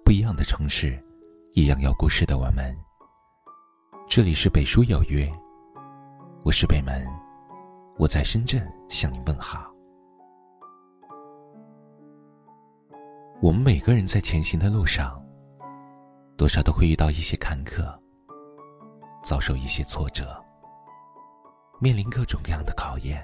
不一样的城市，一样有故事的我们。这里是北书有约，我是北门，我在深圳向你问好。我们每个人在前行的路上，多少都会遇到一些坎坷，遭受一些挫折，面临各种各样的考验。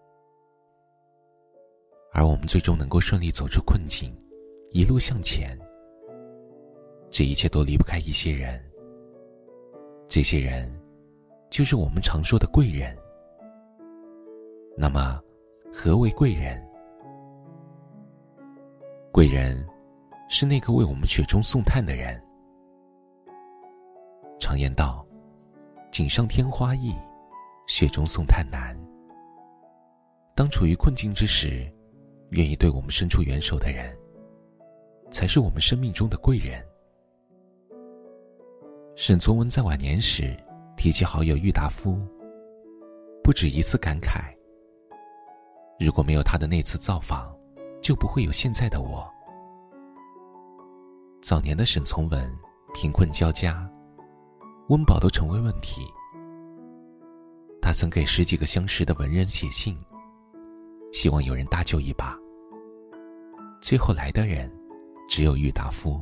而我们最终能够顺利走出困境，一路向前，这一切都离不开一些人。这些人就是我们常说的贵人。那么何为贵人？贵人是那个为我们雪中送炭的人。常言道，锦上添花易，雪中送炭难。当处于困境之时，愿意对我们伸出援手的人，才是我们生命中的贵人。沈从文在晚年时提起好友郁达夫，不止一次感慨，如果没有他的那次造访，就不会有现在的我。早年的沈从文贫困交加，温饱都成为问题。他曾给10几个相识的文人写信，希望有人搭救一把。最后来的人只有郁达夫。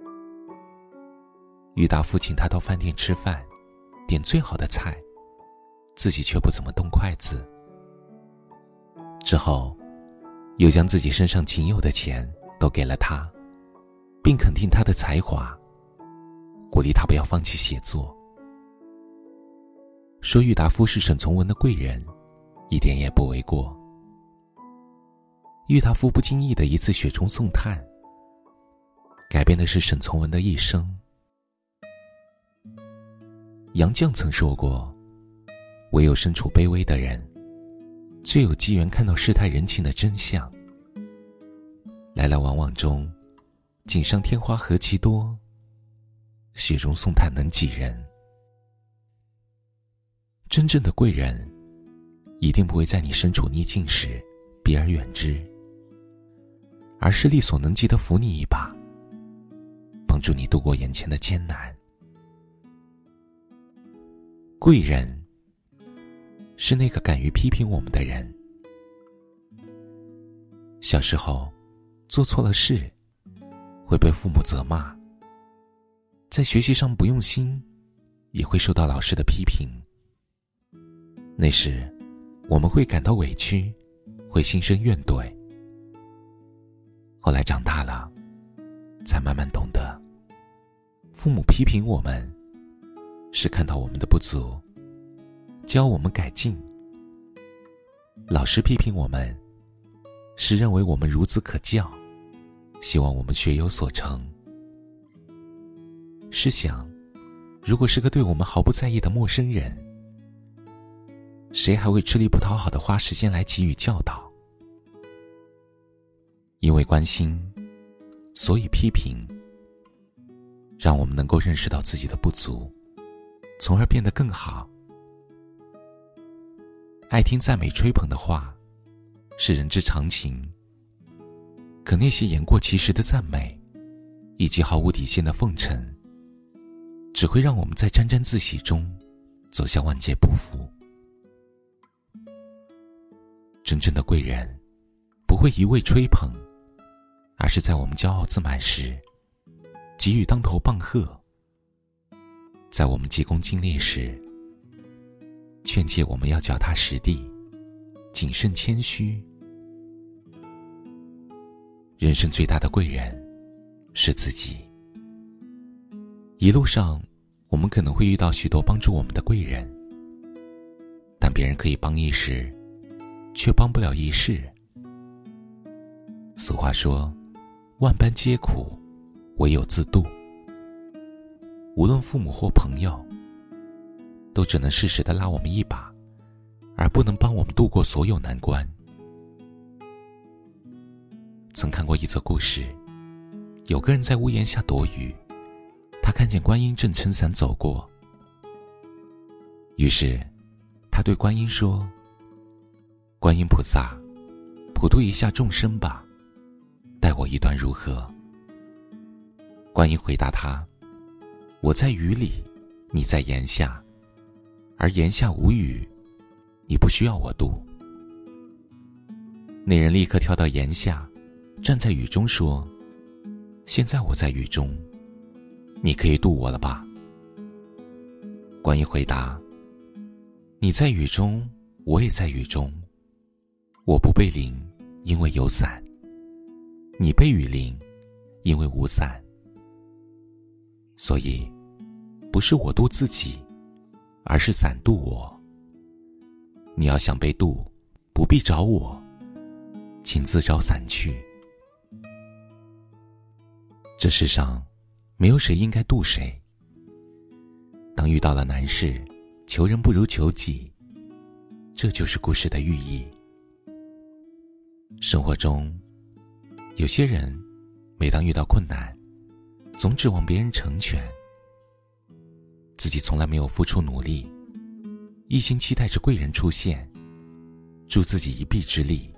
郁达夫请他到饭店吃饭，点最好的菜，自己却不怎么动筷子。之后又将自己身上仅有的钱都给了他，并肯定他的才华，鼓励他不要放弃写作。说郁达夫是沈从文的贵人，一点也不为过。郁达夫不经意的一次雪中送炭，改变的是沈从文的一生。杨绛曾说过，唯有身处卑微的人，最有机缘看到世态人情的真相。来来往往中，锦上添花何其多，雪中送炭能几人？真正的贵人，一定不会在你身处逆境时避而远之，而是力所能及的扶你一把，帮助你度过眼前的艰难。贵人是那个敢于批评我们的人。小时候做错了事，会被父母责骂，在学习上不用心，也会受到老师的批评。那时我们会感到委屈，会心生怨怼。后来长大了，才慢慢懂得，父母批评我们，是看到我们的不足，教我们改进；老师批评我们，是认为我们孺子可教，希望我们学有所成。试想，如果是个对我们毫不在意的陌生人，谁还会吃力不讨好的花时间来给予教导？因为关心，所以批评，让我们能够认识到自己的不足，从而变得更好。爱听赞美吹捧的话，是人之常情，可那些言过其实的赞美，以及毫无底线的奉承，只会让我们在沾沾自喜中走向万劫不复。真正的贵人，不会一味吹捧，而是在我们骄傲自满时，给予当头棒喝；在我们急功近利时，劝诫我们要脚踏实地，谨慎谦虚。人生最大的贵人是自己。一路上，我们可能会遇到许多帮助我们的贵人，但别人可以帮一时，却帮不了一世。俗话说，万般皆苦，唯有自渡。无论父母或朋友，都只能适时地拉我们一把，而不能帮我们度过所有难关。曾看过一则故事，有个人在屋檐下躲雨，他看见观音正撑伞走过，于是他对观音说：观音菩萨，普度一下众生吧，待我一段如何？ 观音回答他：我在雨里，你在檐下，而檐下无雨，你不需要我渡。那人立刻跳到檐下，站在雨中说：现在我在雨中，你可以渡我了吧？观音回答：你在雨中，我也在雨中，我不被淋，因为有伞；你被雨淋，因为无伞。所以不是我渡自己，而是伞渡我。你要想被渡，不必找我，请自找伞去。这世上没有谁应该渡谁。当遇到了难事，求人不如求己，这就是故事的寓意。生活中，有些人每当遇到困难，总指望别人成全，自己从来没有付出努力，一心期待着贵人出现，助自己一臂之力。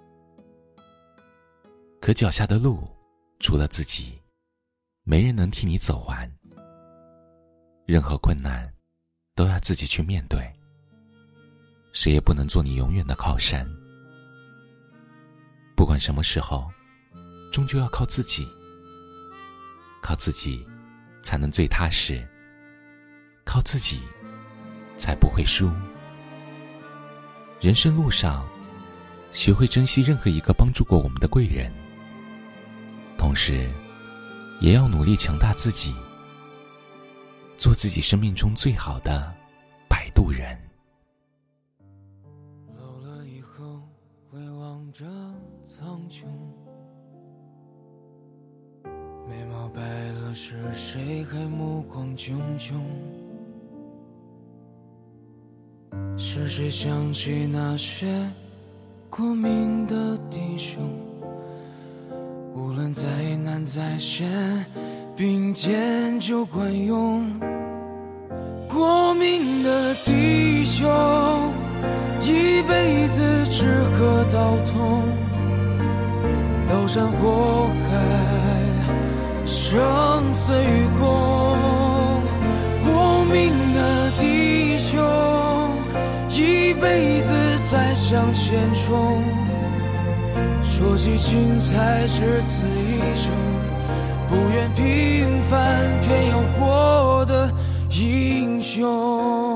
可脚下的路，除了自己，没人能替你走完。任何困难都要自己去面对，谁也不能做你永远的靠山。不管什么时候，终究要靠自己，靠自己才能最踏实，靠自己才不会输。人生路上，学会珍惜任何一个帮助过我们的贵人，同时也要努力强大自己，做自己生命中最好的摆渡人。 老了以后会望着苍穹，眉毛白了是谁还目光炯炯？是谁想起那些过敏的弟兄？无论再难再险，并肩就管用。过敏的弟兄，一辈子只喝到痛，刀山火海，生死与共。过敏的弟兄，一辈子再向前冲。说起精彩，只此一生，不愿平凡，偏要活得英雄。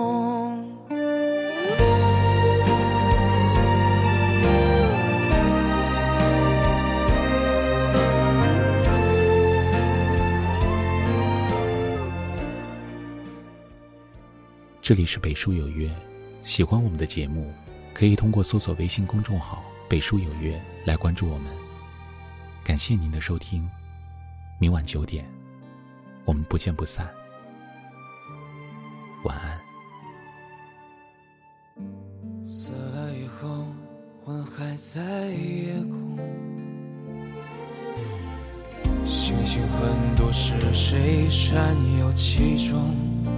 这里是北书有约，喜欢我们的节目，可以通过搜索微信公众号北书有约来关注我们。感谢您的收听，明晚9点，我们不见不散。晚安。 死了以后，魂还在夜空，星星很多，是谁闪耀其中？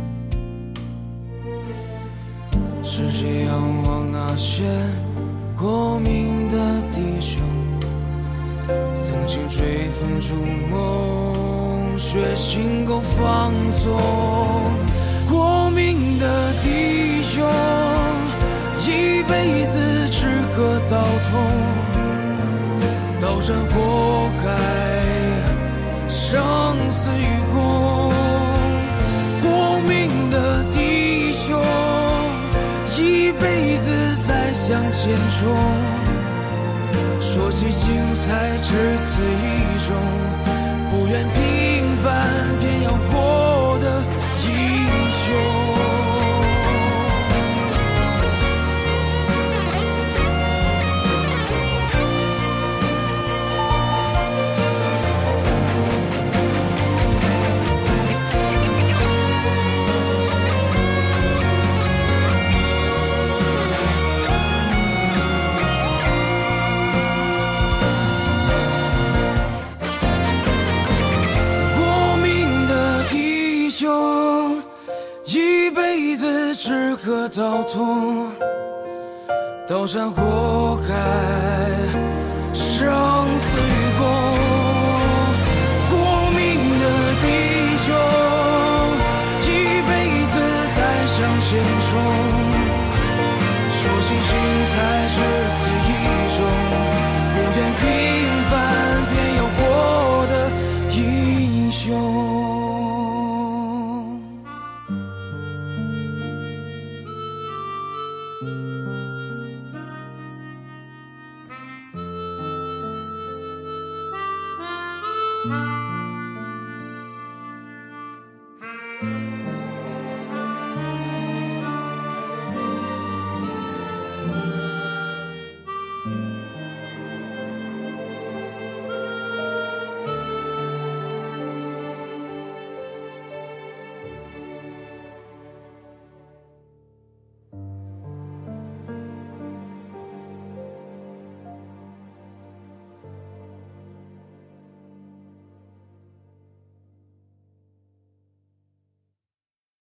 是谁仰望那些过敏的弟兄，曾经追风逐梦，血腥够放纵。过敏的弟兄，一辈子只喝到痛，刀山火海，生死与共。过敏的弟兄，一辈子再向前冲。说起精彩，只此一种，不愿平凡，偏要活得英雄。一辈子只喝到痛，刀山火海，生死与共。过敏的你。